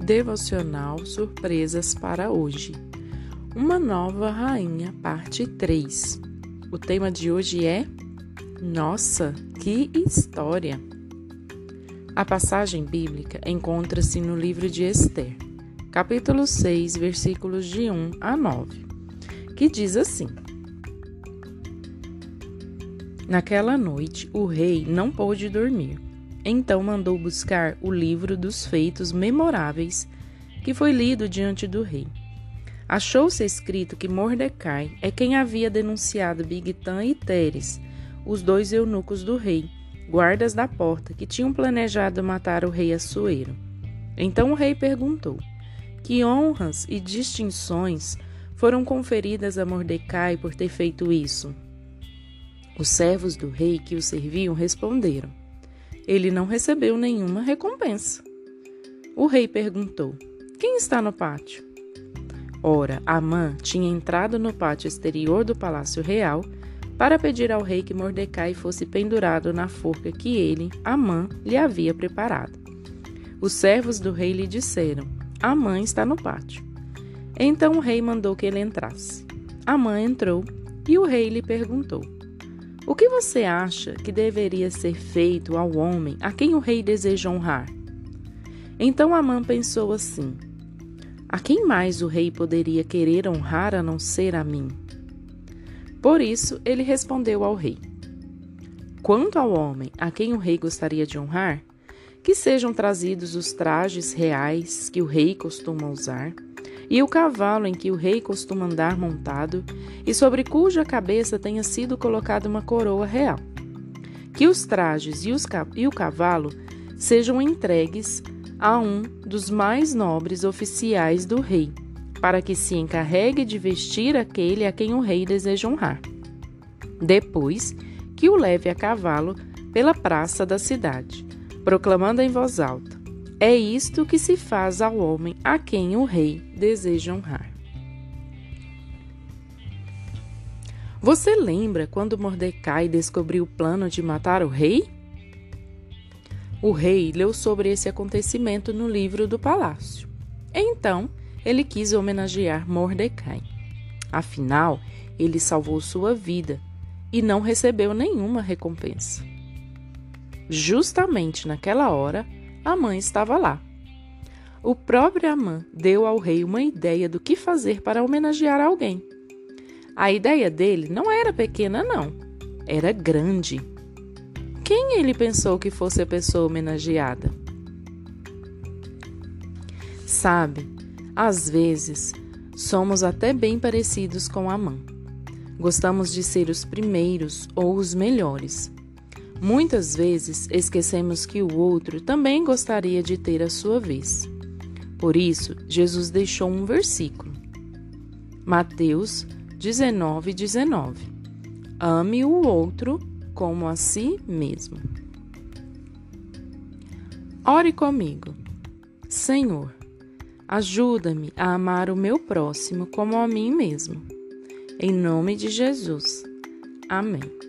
Devocional Surpresas para hoje. Uma nova rainha, parte 3. O tema de hoje é Nossa, que história! A passagem bíblica encontra-se no livro de Esther, capítulo 6, versículos de 1 a 9, que diz assim: Naquela noite, o rei não pôde dormir. Então mandou buscar o livro dos feitos memoráveis, que foi lido diante do rei. Achou-se escrito que Mordecai é quem havia denunciado Bigtã e Teres, os dois eunucos do rei, guardas da porta, que tinham planejado matar o rei Assuero. Então o rei perguntou: que honras e distinções foram conferidas a Mordecai por ter feito isso? Os servos do rei que o serviam responderam: ele não recebeu nenhuma recompensa. O rei perguntou: quem está no pátio? Ora, Amã tinha entrado no pátio exterior do palácio real para pedir ao rei que Mordecai fosse pendurado na forca que ele, Amã, lhe havia preparado. Os servos do rei lhe disseram: Amã está no pátio. Então o rei mandou que ele entrasse. Amã entrou e o rei lhe perguntou: o que você acha que deveria ser feito ao homem a quem o rei deseja honrar? Então Amã pensou assim: a quem mais o rei poderia querer honrar a não ser a mim? Por isso ele respondeu ao rei: quanto ao homem a quem o rei gostaria de honrar, que sejam trazidos os trajes reais que o rei costuma usar, e o cavalo em que o rei costuma andar montado, e sobre cuja cabeça tenha sido colocada uma coroa real. Que os trajes e o cavalo sejam entregues a um dos mais nobres oficiais do rei, para que se encarregue de vestir aquele a quem o rei deseja honrar. Depois, que o leve a cavalo pela praça da cidade, proclamando em voz alta: é isto que se faz ao homem a quem o rei deseja honrar. Você lembra quando Mordecai descobriu o plano de matar o rei? O rei leu sobre esse acontecimento no livro do palácio. Então, ele quis homenagear Mordecai. Afinal, ele salvou sua vida e não recebeu nenhuma recompensa. Justamente naquela hora, Amã estava lá. O próprio Amã deu ao rei uma ideia do que fazer para homenagear alguém. A ideia dele não era pequena, não. Era grande. Quem ele pensou que fosse a pessoa homenageada? Sabe, às vezes, somos até bem parecidos com Amã. Gostamos de ser os primeiros ou os melhores. Muitas vezes esquecemos que o outro também gostaria de ter a sua vez. Por isso, Jesus deixou um versículo. Mateus 19:19. Ame o outro como a si mesmo. Ore comigo. Senhor, ajuda-me a amar o meu próximo como a mim mesmo. Em nome de Jesus. Amém.